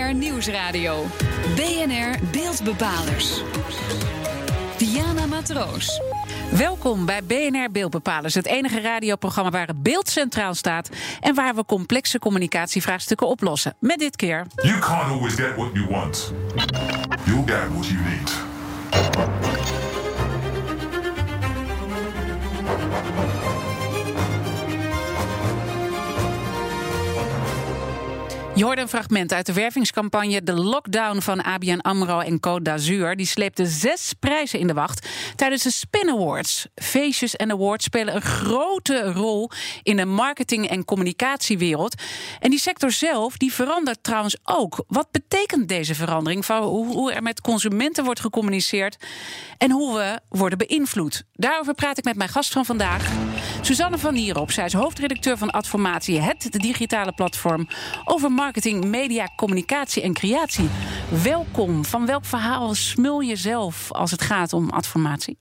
BNR Nieuwsradio. BNR Beeldbepalers. Diana Matroos. Welkom bij BNR Beeldbepalers, het enige radioprogramma waar het beeld centraal staat en waar we complexe communicatievraagstukken oplossen. Met dit keer... You can't always get what you want. You'll get what you need. Je hoorde een fragment uit de wervingscampagne De Lockdown van ABN AMRO en Côte d'Azur. Die sleepte 6 prijzen in de wacht tijdens de Spin Awards. Feestjes en awards spelen een grote rol in de marketing- en communicatiewereld. En die sector zelf die verandert trouwens ook. Wat betekent deze verandering van hoe er met consumenten wordt gecommuniceerd en hoe we worden beïnvloed? Daarover praat ik met mijn gast van vandaag, Suzanne van Nierop. Zij is hoofdredacteur van Adformatie, het digitale platform over marketing, media, communicatie en creatie. Welkom. Van welk verhaal smul je zelf als het gaat om Adformatie?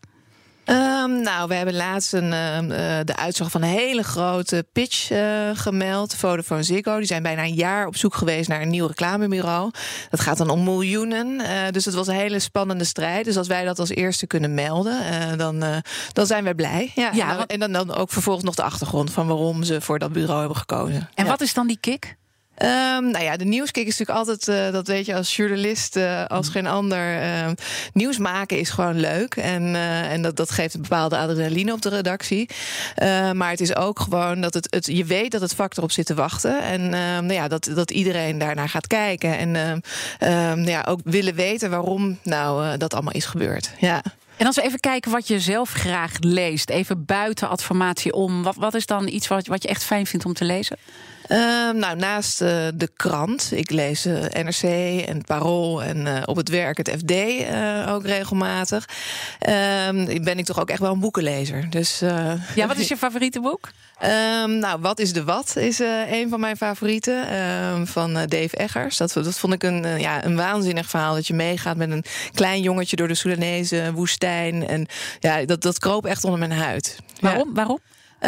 We hebben laatst de uitslag van een hele grote pitch gemeld. Vodafone Ziggo. Die zijn bijna een jaar op zoek geweest naar een nieuw reclamebureau. Dat gaat dan om miljoenen. Dus het was een hele spannende strijd. Dus als wij dat als eerste kunnen melden, dan zijn wij blij. Ja, en dan ook vervolgens nog de achtergrond van waarom ze voor dat bureau hebben gekozen. En wat is dan die kick? De nieuwskick is natuurlijk altijd, dat weet je als journalist als geen ander. Nieuws maken is gewoon leuk. En dat geeft een bepaalde adrenaline op de redactie. Maar het is ook gewoon dat je weet dat het vak erop zit te wachten. En dat iedereen daarnaar gaat kijken. En ook willen weten waarom dat allemaal is gebeurd. Ja. En als we even kijken wat je zelf graag leest, even buiten Adformatie om, wat is dan iets wat je echt fijn vindt om te lezen? Naast de krant, ik lees NRC en het Parool en op het werk het FD ook regelmatig. Ben ik toch ook echt wel een boekenlezer. Dus, wat is je favoriete boek? Wat is de Wat is een van mijn favorieten van Dave Eggers. Dat vond ik een waanzinnig verhaal. Dat je meegaat met een klein jongetje door de Soedanese woestijn. En dat kroop echt onder mijn huid. Waarom?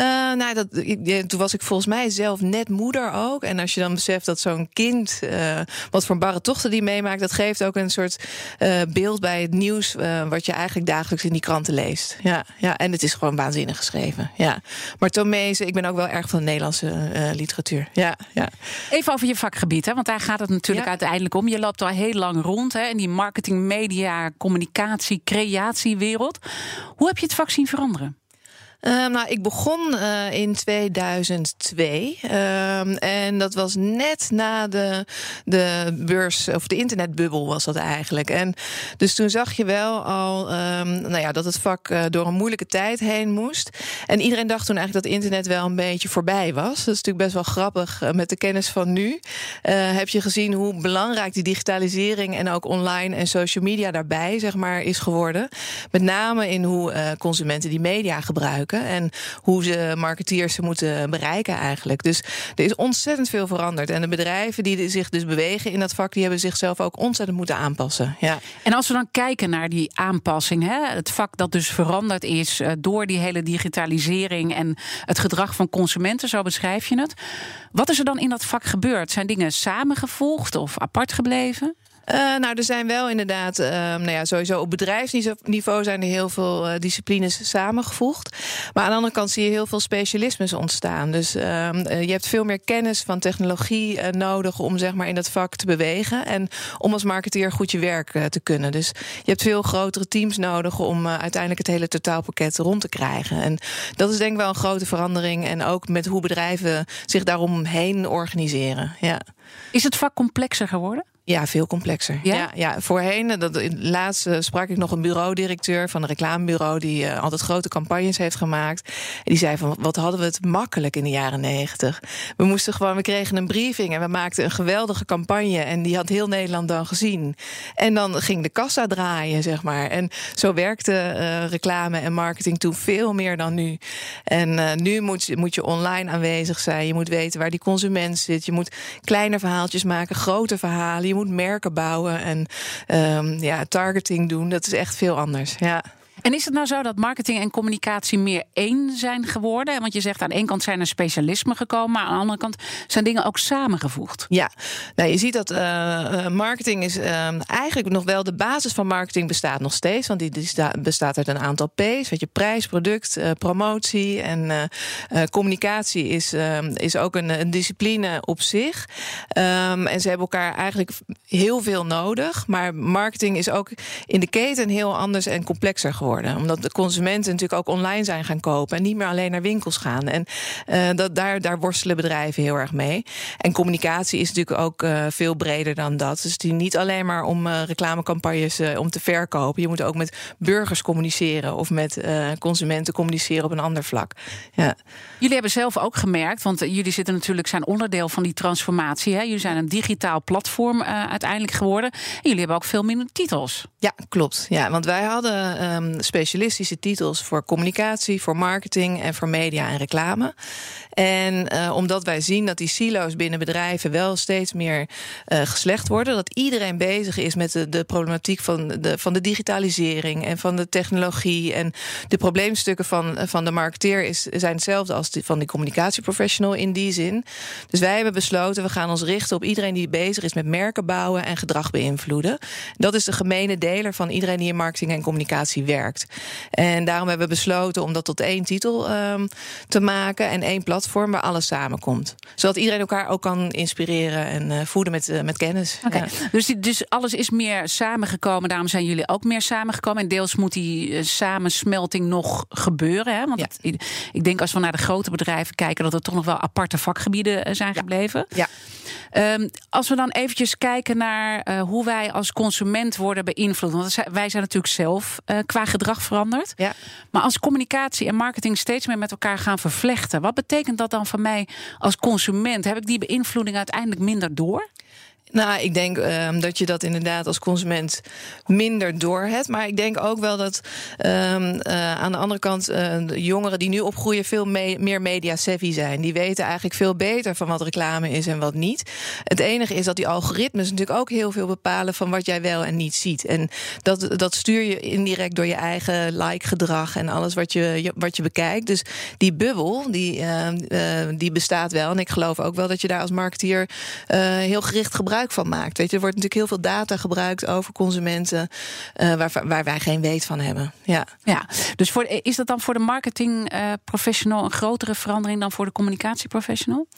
Toen was ik volgens mij zelf net moeder ook. En als je dan beseft dat zo'n kind, wat voor barre tochten die meemaakt, dat geeft ook een soort beeld bij het nieuws wat je eigenlijk dagelijks in die kranten leest. Ja, en het is gewoon waanzinnig geschreven. Ja. Maar Tomezen, ik ben ook wel erg van de Nederlandse literatuur. Ja. Even over je vakgebied, hè? Want daar gaat het natuurlijk uiteindelijk om. Je loopt al heel lang rond in die marketing, media, communicatie, creatiewereld. Hoe heb je het vak zien veranderen? Ik begon in 2002. En dat was net na de beurs, of de internetbubbel was dat eigenlijk. En dus toen zag je wel al dat het vak door een moeilijke tijd heen moest. En iedereen dacht toen eigenlijk dat internet wel een beetje voorbij was. Dat is natuurlijk best wel grappig. Met de kennis van nu heb je gezien hoe belangrijk die digitalisering en ook online en social media daarbij, zeg maar, is geworden. Met name in hoe consumenten die media gebruiken. En hoe ze marketeers ze moeten bereiken eigenlijk. Dus er is ontzettend veel veranderd. En de bedrijven die zich dus bewegen in dat vak, die hebben zichzelf ook ontzettend moeten aanpassen. Ja. En als we dan kijken naar die aanpassing, het vak dat dus veranderd is door die hele digitalisering en het gedrag van consumenten, zo beschrijf je het. Wat is er dan in dat vak gebeurd? Zijn dingen samengevoegd of apart gebleven? Er zijn wel inderdaad, sowieso op bedrijfsniveau zijn er heel veel disciplines samengevoegd. Maar aan de andere kant zie je heel veel specialismes ontstaan. Dus je hebt veel meer kennis van technologie nodig om, zeg maar, in dat vak te bewegen. En om als marketeer goed je werk te kunnen. Dus je hebt veel grotere teams nodig om uiteindelijk het hele totaalpakket rond te krijgen. En dat is denk ik wel een grote verandering. En ook met hoe bedrijven zich daaromheen organiseren. Ja. Is het vak complexer geworden? Ja, veel complexer. Ja, voorheen, laatst sprak ik nog een bureaudirecteur van een reclamebureau die altijd grote campagnes heeft gemaakt. En die zei van, wat hadden we het makkelijk in de jaren 90. We kregen een briefing en we maakten een geweldige campagne en die had heel Nederland dan gezien. En dan ging de kassa draaien, zeg maar. En zo werkte reclame en marketing toen veel meer dan nu. En nu moet je online aanwezig zijn. Je moet weten waar die consument zit. Je moet kleine verhaaltjes maken, grote verhalen. Je moet merken bouwen en targeting doen. Dat is echt veel anders, ja. En is het nou zo dat marketing en communicatie meer één zijn geworden? Want je zegt aan de ene kant zijn er specialismen gekomen, maar aan de andere kant zijn dingen ook samengevoegd. Ja, nou, je ziet dat marketing is eigenlijk nog wel de basis van marketing bestaat nog steeds. Want die bestaat uit een aantal P's. Weet je, prijs, product, promotie en communicatie is ook een discipline op zich. En ze hebben elkaar eigenlijk heel veel nodig. Maar marketing is ook in de keten heel anders en complexer geworden. Omdat de consumenten natuurlijk ook online zijn gaan kopen en niet meer alleen naar winkels gaan. En daar worstelen bedrijven heel erg mee. En communicatie is natuurlijk ook veel breder dan dat. Dus het is niet alleen maar om reclamecampagnes om te verkopen. Je moet ook met burgers communiceren of met consumenten communiceren op een ander vlak. Ja. Jullie hebben zelf ook gemerkt, want jullie zijn onderdeel van die transformatie. Hè? Jullie zijn een digitaal platform uiteindelijk geworden. En jullie hebben ook veel minder titels. Ja, klopt. Ja, want wij hadden specialistische titels voor communicatie, voor marketing en voor media en reclame. En omdat wij zien dat die silo's binnen bedrijven wel steeds meer geslecht worden, dat iedereen bezig is met de problematiek van de digitalisering en van de technologie. En de probleemstukken van de marketeer zijn hetzelfde als die van de communicatieprofessional in die zin. Dus wij hebben besloten, we gaan ons richten op iedereen die bezig is met merken bouwen en gedrag beïnvloeden. Dat is de gemene deler van iedereen die in marketing en communicatie werkt. En daarom hebben we besloten om dat tot één titel te maken en één platform waar alles samenkomt. Zodat iedereen elkaar ook kan inspireren en voeden met kennis. Okay. Ja. Dus alles is meer samengekomen, daarom zijn jullie ook meer samengekomen. En deels moet die samensmelting nog gebeuren. Hè? Want ik denk als we naar de grote bedrijven kijken, dat er toch nog wel aparte vakgebieden zijn gebleven. Ja. Als we dan eventjes kijken naar hoe wij als consument worden beïnvloed. Want wij zijn natuurlijk zelf qua gedrag veranderd. Ja. Maar als communicatie en marketing steeds meer met elkaar gaan vervlechten, wat betekent dat dan voor mij als consument? Heb ik die beïnvloeding uiteindelijk minder door? Nou, ik denk dat je dat inderdaad als consument minder door hebt. Maar ik denk ook wel dat aan de andere kant de jongeren die nu opgroeien veel meer media-savvy zijn. Die weten eigenlijk veel beter van wat reclame is en wat niet. Het enige is dat die algoritmes natuurlijk ook heel veel bepalen van wat jij wel en niet ziet. En dat stuur je indirect door je eigen like-gedrag en alles wat je bekijkt. Dus die bubbel, die bestaat wel. En ik geloof ook wel dat je daar als marketeer heel gericht gebruik van maakt. Weet je, er wordt natuurlijk heel veel data gebruikt over consumenten waar wij geen weet van hebben. Ja. Dus is dat dan voor de marketing professional een grotere verandering dan voor de communicatieprofessional?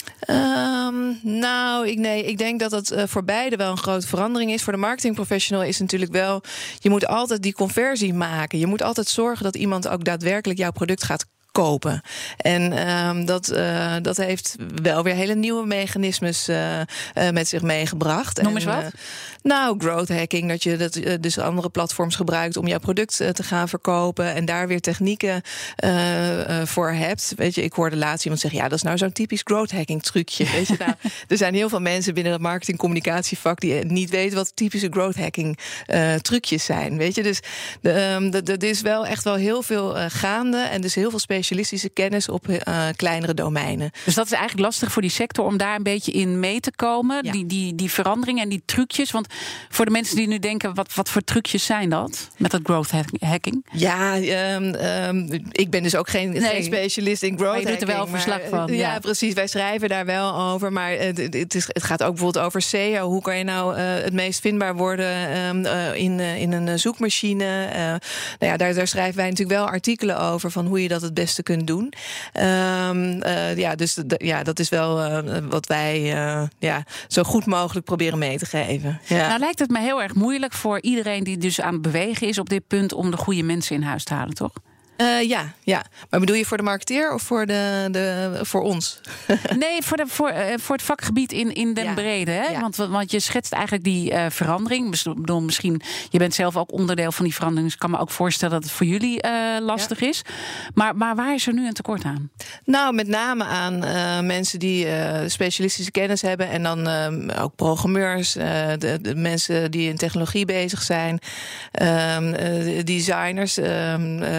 Ik denk dat het voor beide wel een grote verandering is. Voor de marketing professional is natuurlijk wel, je moet altijd die conversie maken. Je moet altijd zorgen dat iemand ook daadwerkelijk jouw product gaat kopen. En dat heeft wel weer hele nieuwe mechanismes met zich meegebracht. Noem eens wat? Growth hacking, dat je dus andere platforms gebruikt om jouw product te gaan verkopen en daar weer technieken voor hebt. Weet je, ik hoorde laatst iemand zeggen, dat is nou zo'n typisch growth hacking trucje. Weet je, er zijn heel veel mensen binnen het marketing communicatievak die niet weten wat typische growth hacking trucjes zijn. Weet je, dus er is wel echt wel heel veel gaande en dus heel veel specialistische kennis op kleinere domeinen. Dus dat is eigenlijk lastig voor die sector om daar een beetje in mee te komen. Ja. Die veranderingen en die trucjes. Want voor de mensen die nu denken, wat voor trucjes zijn dat? Met dat growth hacking? Ja, ik ben dus ook geen specialist in growth hacking. Maar je doet er wel verslag van. Ja, precies. Wij schrijven daar wel over. Maar het gaat ook bijvoorbeeld over SEO. Hoe kan je nou het meest vindbaar worden in een zoekmachine? Daar schrijven wij natuurlijk wel artikelen over van hoe je dat het beste kunt doen. Dat is wel wat wij zo goed mogelijk proberen mee te geven. Ja. Nou lijkt het me heel erg moeilijk voor iedereen die dus aan het bewegen is op dit punt om de goede mensen in huis te halen, toch? Ja. Maar bedoel je voor de marketeer of voor ons? Nee, voor het vakgebied in den brede. Hè? Ja. Want je schetst eigenlijk die verandering. Ik bedoel, misschien, je bent zelf ook onderdeel van die verandering. Dus ik kan me ook voorstellen dat het voor jullie lastig is. Maar waar is er nu een tekort aan? Nou, met name aan mensen die specialistische kennis hebben. En dan ook programmeurs. De mensen die in technologie bezig zijn. Designers. UX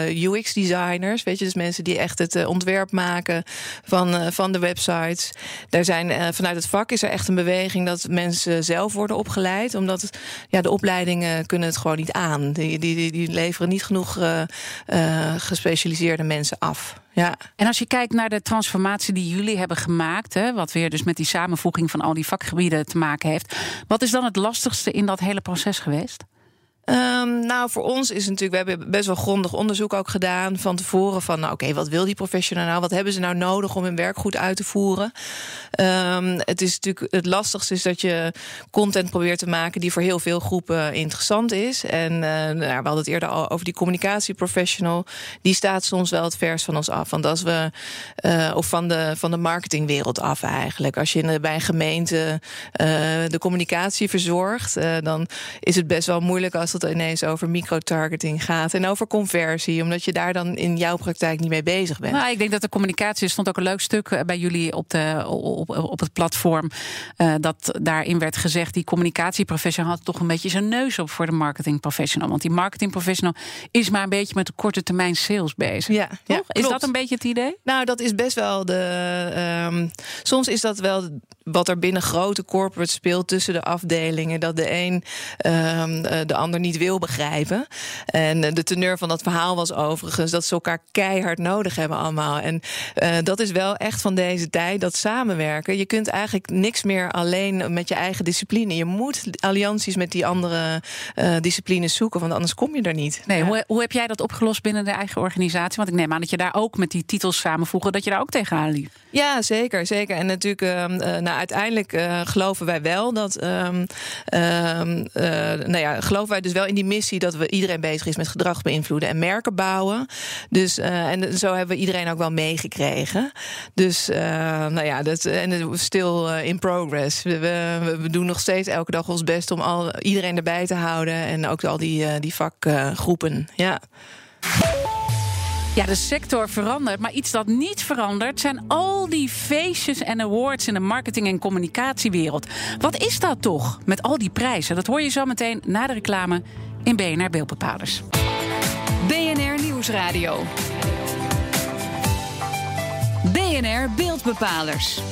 UX-designers, weet je, dus mensen die echt het ontwerp maken van de websites. Daar zijn vanuit het vak is er echt een beweging dat mensen zelf worden opgeleid, omdat de opleidingen kunnen het gewoon niet aan. Die leveren niet genoeg gespecialiseerde mensen af. Ja. En als je kijkt naar de transformatie die jullie hebben gemaakt, wat weer dus met die samenvoeging van al die vakgebieden te maken heeft, wat is dan het lastigste in dat hele proces geweest? Voor ons is natuurlijk, we hebben best wel grondig onderzoek ook gedaan van tevoren van, oké, wat wil die professional nou? Wat hebben ze nou nodig om hun werk goed uit te voeren? Het is natuurlijk het lastigste is dat je content probeert te maken die voor heel veel groepen interessant is. En we hadden het eerder al over die communicatieprofessional. Die staat soms wel het vers van ons af. Want als we of van de marketingwereld af eigenlijk. Als je bij een gemeente de communicatie verzorgt, dan is het best wel moeilijk als het ineens over microtargeting gaat en over conversie, omdat je daar dan in jouw praktijk niet mee bezig bent. Nou, ik denk dat de communicatie, er stond ook een leuk stuk bij jullie op het platform, dat daarin werd gezegd, die communicatieprofessional had toch een beetje zijn neus op voor de marketingprofessional. Want die marketingprofessional is maar een beetje met de korte termijn sales bezig. Ja, toch? Is dat een beetje het idee? Nou, dat is best wel soms is dat wel wat er binnen grote corporates speelt tussen de afdelingen, dat de een de ander niet wil begrijpen. En de teneur van dat verhaal was overigens dat ze elkaar keihard nodig hebben allemaal. En dat is wel echt van deze tijd, dat samenwerken. Je kunt eigenlijk niks meer alleen met je eigen discipline. Je moet allianties met die andere disciplines zoeken, want anders kom je er niet. Nee, ja. Hoe heb jij dat opgelost binnen de eigen organisatie? Want ik neem aan dat je daar ook met die titels samenvoegen, dat je daar ook tegenaan liep. Ja, zeker. En natuurlijk, uiteindelijk geloven wij wel dat geloven wij dus wel in die missie dat we iedereen bezig is met gedrag beïnvloeden en merken bouwen. Dus en zo hebben we iedereen ook wel meegekregen. Dus dat en still in progress. We doen nog steeds elke dag ons best om iedereen erbij te houden en ook al die vakgroepen. Ja. Ja, de sector verandert, maar iets dat niet verandert zijn al die feestjes en awards in de marketing- en communicatiewereld. Wat is dat toch met al die prijzen? Dat hoor je zo meteen na de reclame in BNR Beeldbepalers. BNR Nieuwsradio. BNR Beeldbepalers.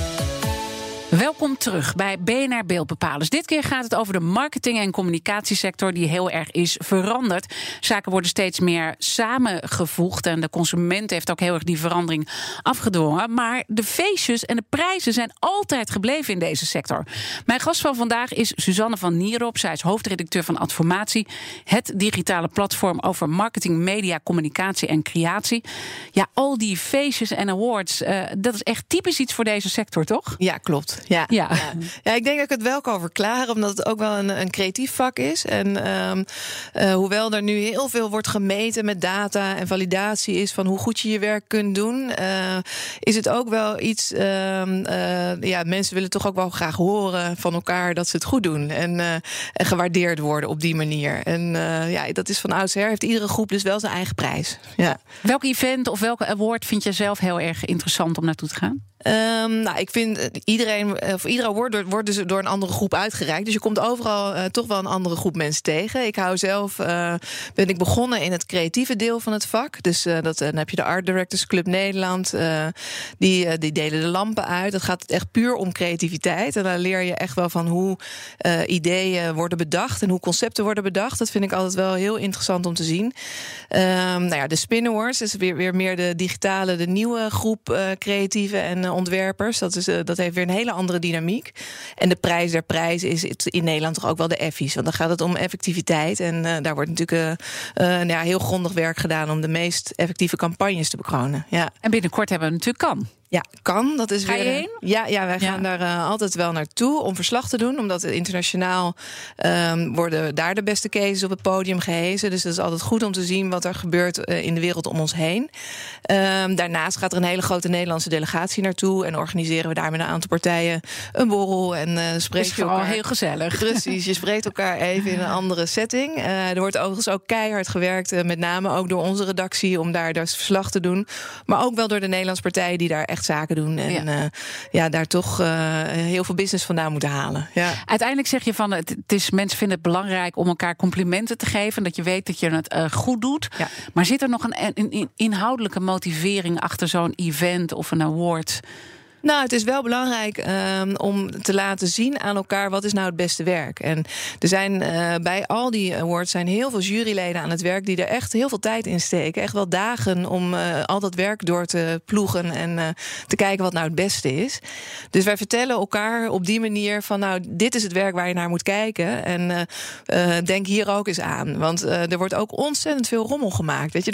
Welkom terug bij BNR Beeldbepalers. Dit keer gaat het over de marketing- en communicatiesector die heel erg is veranderd. Zaken worden steeds meer samengevoegd en de consument heeft ook heel erg die verandering afgedwongen. Maar de feestjes en de prijzen zijn altijd gebleven in deze sector. Mijn gast van vandaag is Suzanne van Nierop. Zij is hoofdredacteur van Adformatie, het digitale platform over marketing, media, communicatie en creatie. Ja, al die feestjes en awards, dat is echt typisch iets voor deze sector, toch? Ja, klopt. Ja, ik denk dat ik het wel kan verklaren, omdat het ook wel een creatief vak is. En hoewel er nu heel veel wordt gemeten met data en validatie is van hoe goed je je werk kunt doen, is het ook wel iets. Mensen willen toch ook wel graag horen van elkaar dat ze het goed doen en gewaardeerd worden op die manier. En dat is van oudsher, heeft iedere groep dus wel zijn eigen prijs. Ja. Welk event of welke award vind je zelf heel erg interessant om naartoe te gaan? Ik vind ieder award wordt dus door een andere groep uitgereikt. Dus je komt overal toch wel een andere groep mensen tegen. Ik hou zelf, ben ik begonnen in het creatieve deel van het vak. Dus dan heb je de Art Directors Club Nederland. Die delen de lampen uit. Dat gaat echt puur om creativiteit. En daar leer je echt wel van hoe ideeën worden bedacht en hoe concepten worden bedacht. Dat vind ik altijd wel heel interessant om te zien. De Spin Awards is weer meer de digitale, de nieuwe groep creatieve en ontwerpers. Dat heeft weer een hele andere dynamiek. En de prijs der prijzen is in Nederland toch ook wel de effies. Want dan gaat het om effectiviteit. En daar wordt natuurlijk heel grondig werk gedaan om de meest effectieve campagnes te bekronen. Ja. En binnenkort hebben we natuurlijk Cannes. Ja, kan. Dat is Ga je heen? Ja, wij gaan daar altijd wel naartoe om verslag te doen. Omdat internationaal worden daar de beste cases op het podium gehezen. Dus dat is altijd goed om te zien wat er gebeurt in de wereld om ons heen. Daarnaast gaat er een hele grote Nederlandse delegatie naartoe. En organiseren we daar met een aantal partijen een borrel. En spreek je elkaar. Vooral heel gezellig. Precies, je spreekt elkaar even in een andere setting. Er wordt overigens ook keihard gewerkt. Met name ook door onze redactie om daar dus verslag te doen. Maar ook wel door de Nederlandse partijen die daar echt echt zaken doen. En daar toch heel veel business vandaan moeten halen. Ja. Uiteindelijk zeg je van, mensen vinden het belangrijk om elkaar complimenten te geven. Dat je weet dat je het goed doet. Ja. Maar zit er nog een inhoudelijke motivering achter zo'n event of een award? Nou, het is wel belangrijk om te laten zien aan elkaar wat is nou het beste werk. En er zijn bij al die awards zijn heel veel juryleden aan het werk die er echt heel veel tijd in steken. Echt wel dagen om al dat werk door te ploegen en te kijken wat nou het beste is. Dus wij vertellen elkaar op die manier van nou, dit is het werk waar je naar moet kijken. En denk hier ook eens aan. Want er wordt ook ontzettend veel rommel gemaakt. Weet je,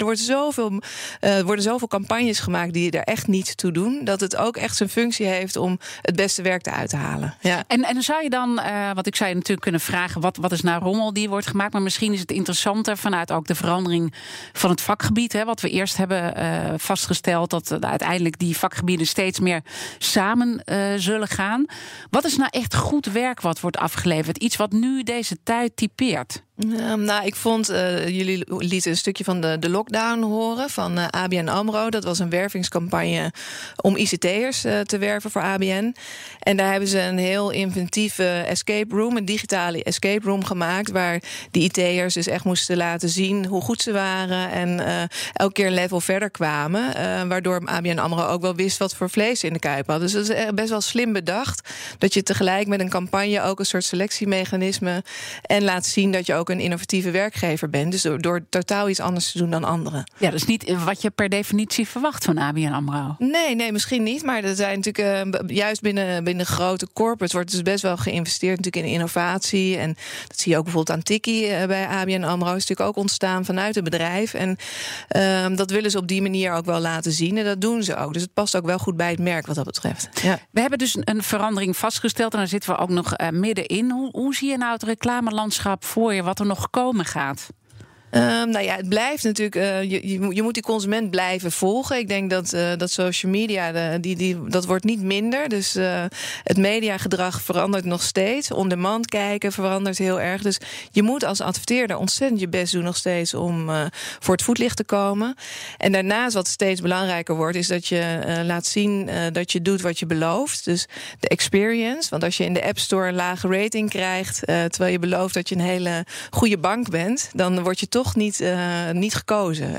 er worden zoveel campagnes gemaakt die er echt niet toe doen, dat het ook echt zijn functie heeft om het beste werk eruit te halen. Ja. En zou je dan, wat ik zou je natuurlijk kunnen vragen, wat is nou rommel die wordt gemaakt? Maar misschien is het interessanter vanuit ook de verandering van het vakgebied. Hè, wat we eerst hebben vastgesteld, dat uiteindelijk die vakgebieden steeds meer samen zullen gaan. Wat is nou echt goed werk wat wordt afgeleverd? Iets wat nu deze tijd typeert? Nou, ik vond, jullie lieten een stukje van de lockdown horen van ABN AMRO. Dat was een wervingscampagne om ICT'ers te werven voor ABN. En daar hebben ze een heel inventieve escape room, een digitale escape room gemaakt, waar die IT'ers dus echt moesten laten zien hoe goed ze waren en elke keer een level verder kwamen. Waardoor ABN AMRO ook wel wist wat voor vlees ze in de kuip hadden. Dus dat is best wel slim bedacht, dat je tegelijk met een campagne ook een soort selectiemechanisme en laat zien dat je ook een innovatieve werkgever bent. Dus door totaal iets anders te doen dan anderen. Ja, dat is niet wat je per definitie verwacht van ABN AMRO. Nee, misschien niet. Maar er zijn natuurlijk juist binnen grote corporates wordt dus best wel geïnvesteerd natuurlijk in innovatie. En dat zie je ook bijvoorbeeld aan Tikkie bij ABN AMRO. Is natuurlijk ook ontstaan vanuit het bedrijf. En dat willen ze op die manier ook wel laten zien. En dat doen ze ook. Dus het past ook wel goed bij het merk wat dat betreft. Ja. We hebben dus een verandering vastgesteld. En daar zitten we ook nog middenin. Hoe zie je nou het reclamelandschap voor je? Wat er nog komen gaat? Nou ja, het blijft natuurlijk. Je moet die consument blijven volgen. Ik denk dat social media, dat wordt niet minder. Dus het mediagedrag verandert nog steeds. On-demand kijken verandert heel erg. Dus je moet als adverteerder ontzettend je best doen nog steeds om voor het voetlicht te komen. En daarnaast wat steeds belangrijker wordt, is dat je laat zien dat je doet wat je belooft. Dus de experience. Want als je in de App Store een lage rating krijgt, terwijl je belooft dat je een hele goede bank bent, dan word je toch niet gekozen.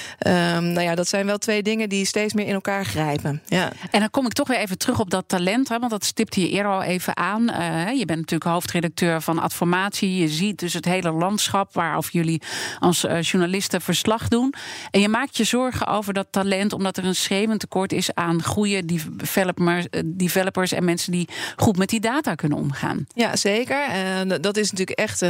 En dat zijn wel twee dingen die steeds meer in elkaar grijpen. Ja. En dan kom ik toch weer even terug op dat talent, hè, want dat stipte je eerder al even aan. Je bent natuurlijk hoofdredacteur van Adformatie. Je ziet dus het hele landschap waarover jullie als journalisten verslag doen. En je maakt je zorgen over dat talent, omdat er een schreeuwend tekort is aan goede developers en mensen die goed met die data kunnen omgaan. Ja, zeker. Dat is natuurlijk echt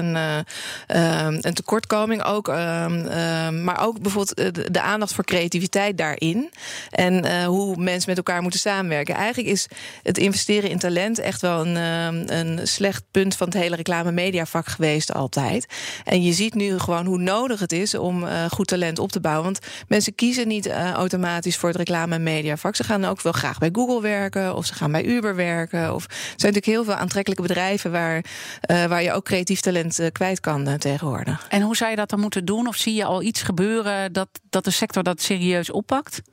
een tekortkoming ook. Maar ook bijvoorbeeld de aandacht voor creativiteit daarin. En hoe mensen met elkaar moeten samenwerken. Eigenlijk is het investeren in talent echt wel een slecht punt van het hele reclame-mediavak geweest altijd. En je ziet nu gewoon hoe nodig het is om goed talent op te bouwen. Want mensen kiezen niet automatisch voor het reclame-mediavak. Ze gaan ook wel graag bij Google werken of ze gaan bij Uber werken. Of er zijn natuurlijk heel veel aantrekkelijke bedrijven waar je ook creatief talent kwijt kan tegenwoordig. En hoe zou je dat dan moeten doen? Of zie je al iets gebeuren dat de sector dat serieus oppakt?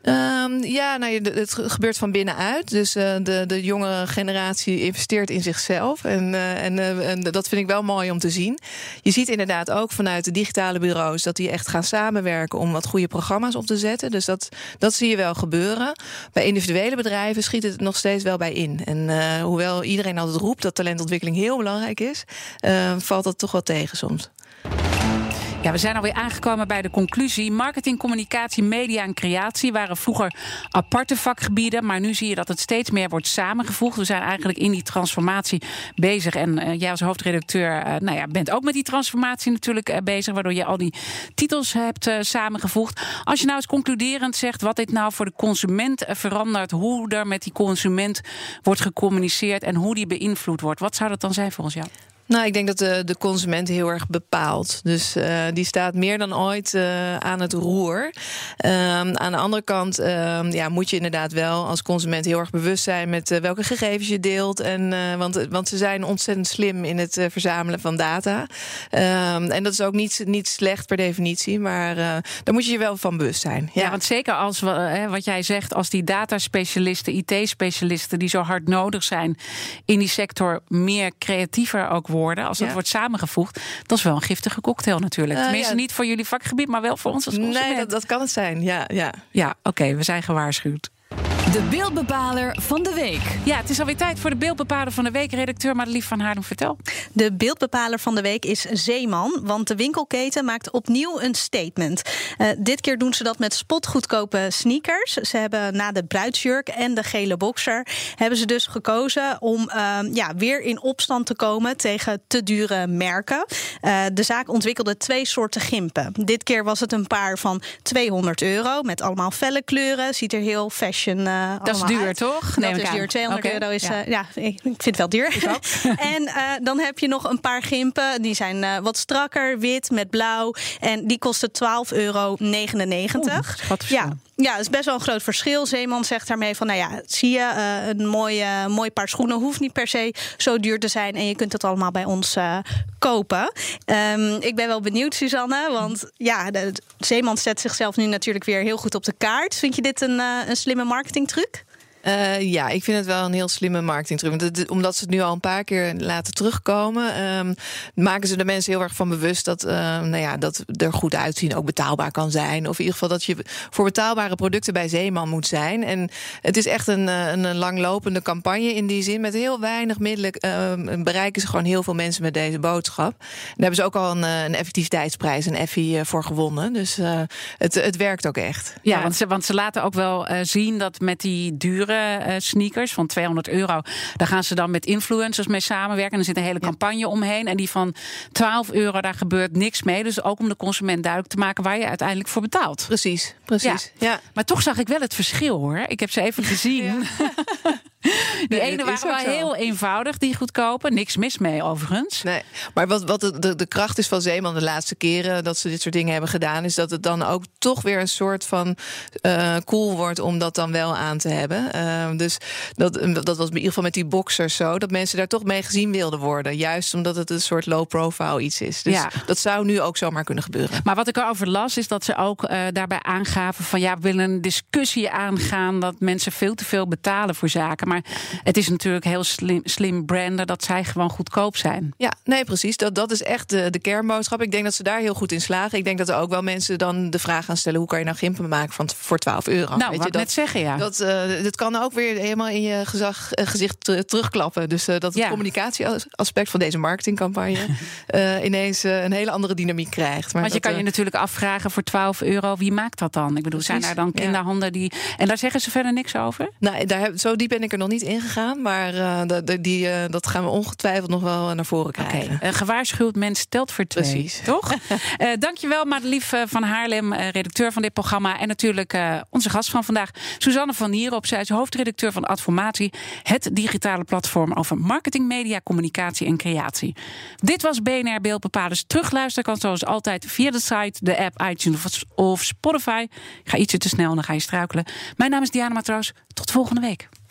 Het gebeurt van binnenuit. Dus de jonge generatie investeert in zichzelf. En dat vind ik wel mooi om te zien. Je ziet inderdaad ook vanuit de digitale bureaus dat die echt gaan samenwerken om wat goede programma's op te zetten. Dus dat zie je wel gebeuren. Bij individuele bedrijven schiet het nog steeds wel bij in. En hoewel iedereen altijd roept dat talentontwikkeling heel belangrijk is, valt dat toch wel tegen soms. Ja, we zijn alweer aangekomen bij de conclusie. Marketing, communicatie, media en creatie waren vroeger aparte vakgebieden. Maar nu zie je dat het steeds meer wordt samengevoegd. We zijn eigenlijk in die transformatie bezig. En jij als hoofdredacteur bent ook met die transformatie natuurlijk bezig. Waardoor je al die titels hebt samengevoegd. Als je nou eens concluderend zegt wat dit nou voor de consument verandert. Hoe er met die consument wordt gecommuniceerd en hoe die beïnvloed wordt. Wat zou dat dan zijn volgens jou? Nou, ik denk dat de consument heel erg bepaalt. Dus die staat meer dan ooit aan het roer. Aan de andere kant moet je inderdaad wel als consument heel erg bewust zijn met welke gegevens je deelt. Want ze zijn ontzettend slim in het verzamelen van data. En dat is ook niet slecht per definitie, maar daar moet je je wel van bewust zijn. Ja, want zeker als wat jij zegt, als die dataspecialisten, IT-specialisten die zo hard nodig zijn in die sector meer creatiever ook worden, als dat wordt samengevoegd, dat is wel een giftige cocktail natuurlijk. Tenminste, niet voor jullie vakgebied, maar wel voor ons als consument. Nee, dat kan het zijn, ja. Ja, oké, we zijn gewaarschuwd. De beeldbepaler van de week. Ja, het is alweer tijd voor de beeldbepaler van de week. Redacteur Madelief van Haarlem, vertel. De beeldbepaler van de week is Zeeman. Want de winkelketen maakt opnieuw een statement. Dit keer doen ze dat met spotgoedkope sneakers. Ze hebben na de bruidsjurk en de gele boxer hebben ze dus gekozen om weer in opstand te komen tegen te dure merken. De zaak ontwikkelde 2 soorten gimpen. Dit keer was het een paar van €200 met allemaal felle kleuren. Ziet er heel fashion dat is duur, uit. toch? Dat is duur. €200 is... ik vind het wel duur. En dan heb je nog een paar gimpen. Die zijn wat strakker, wit met blauw. En die kosten €12,99. Ja, dat is best wel een groot verschil. Zeeman zegt daarmee van, zie je, een mooi paar schoenen hoeft niet per se zo duur te zijn. En je kunt het allemaal bij ons kopen. Ik ben wel benieuwd, Suzanne. Want Zeeman zet zichzelf nu natuurlijk weer heel goed op de kaart. Vind je dit een slimme marketingtruc? Ik vind het wel een heel slimme marketingtruc. Omdat ze het nu al een paar keer laten terugkomen, maken ze de mensen heel erg van bewust dat dat er goed uitzien ook betaalbaar kan zijn. Of in ieder geval dat je voor betaalbare producten bij Zeeman moet zijn. En het is echt een langlopende campagne in die zin. Met heel weinig middelen bereiken ze gewoon heel veel mensen met deze boodschap. Daar hebben ze ook al een effectiviteitsprijs, een Effie, voor gewonnen. Dus het werkt ook echt. Ja, want ze laten ook wel zien dat met die dure sneakers van €200, daar gaan ze dan met influencers mee samenwerken. En er zit een hele campagne omheen. En die van €12, daar gebeurt niks mee. Dus ook om de consument duidelijk te maken waar je uiteindelijk voor betaalt. Precies. Ja. Maar toch zag ik wel het verschil, hoor. Ik heb ze even gezien. Ja. Die ene waren wel heel eenvoudig, die goedkope. Niks mis mee, overigens. Nee, maar wat de kracht is van Zeeman de laatste keren dat ze dit soort dingen hebben gedaan, is dat het dan ook toch weer een soort van cool wordt om dat dan wel aan te hebben. Dus dat was in ieder geval met die boxers zo, dat mensen daar toch mee gezien wilden worden. Juist omdat het een soort low-profile iets is. Dus dat zou nu ook zomaar kunnen gebeuren. Maar wat ik erover las, is dat ze ook daarbij aangaven van we willen een discussie aangaan dat mensen veel te veel betalen voor zaken. Maar het is natuurlijk heel slim branden dat zij gewoon goedkoop zijn. Ja, nee, precies. Dat is echt de kernboodschap. Ik denk dat ze daar heel goed in slagen. Ik denk dat er ook wel mensen dan de vraag gaan stellen, hoe kan je nou gimpen maken voor €12? Nou, wat net zeggen, ja. Dat kan ook weer helemaal in je gezicht terugklappen. Dus dat het communicatieaspect van deze marketingcampagne ineens een hele andere dynamiek krijgt. Maar want je kan je natuurlijk afvragen voor €12, wie maakt dat dan? Ik bedoel, zijn daar dan kinderhanden die... En daar zeggen ze verder niks over? Nou, zo diep ben ik er nog niet ingegaan. Maar dat gaan we ongetwijfeld nog wel naar voren krijgen. Okay. Gewaarschuwd mens telt voor 2. Precies. Toch? Dankjewel, Madelief van Haarlem, redacteur van dit programma. En natuurlijk onze gast van vandaag, Suzanne van Nierop. Zij is hoofdredacteur van Adformatie, het digitale platform over marketing, media, communicatie en creatie. Dit was BNR Beeldbepalers. Terugluisteren kan zoals altijd via de site, de app, iTunes of Spotify. Ik ga ietsje te snel, dan ga je struikelen. Mijn naam is Diana Matroos. Tot volgende week.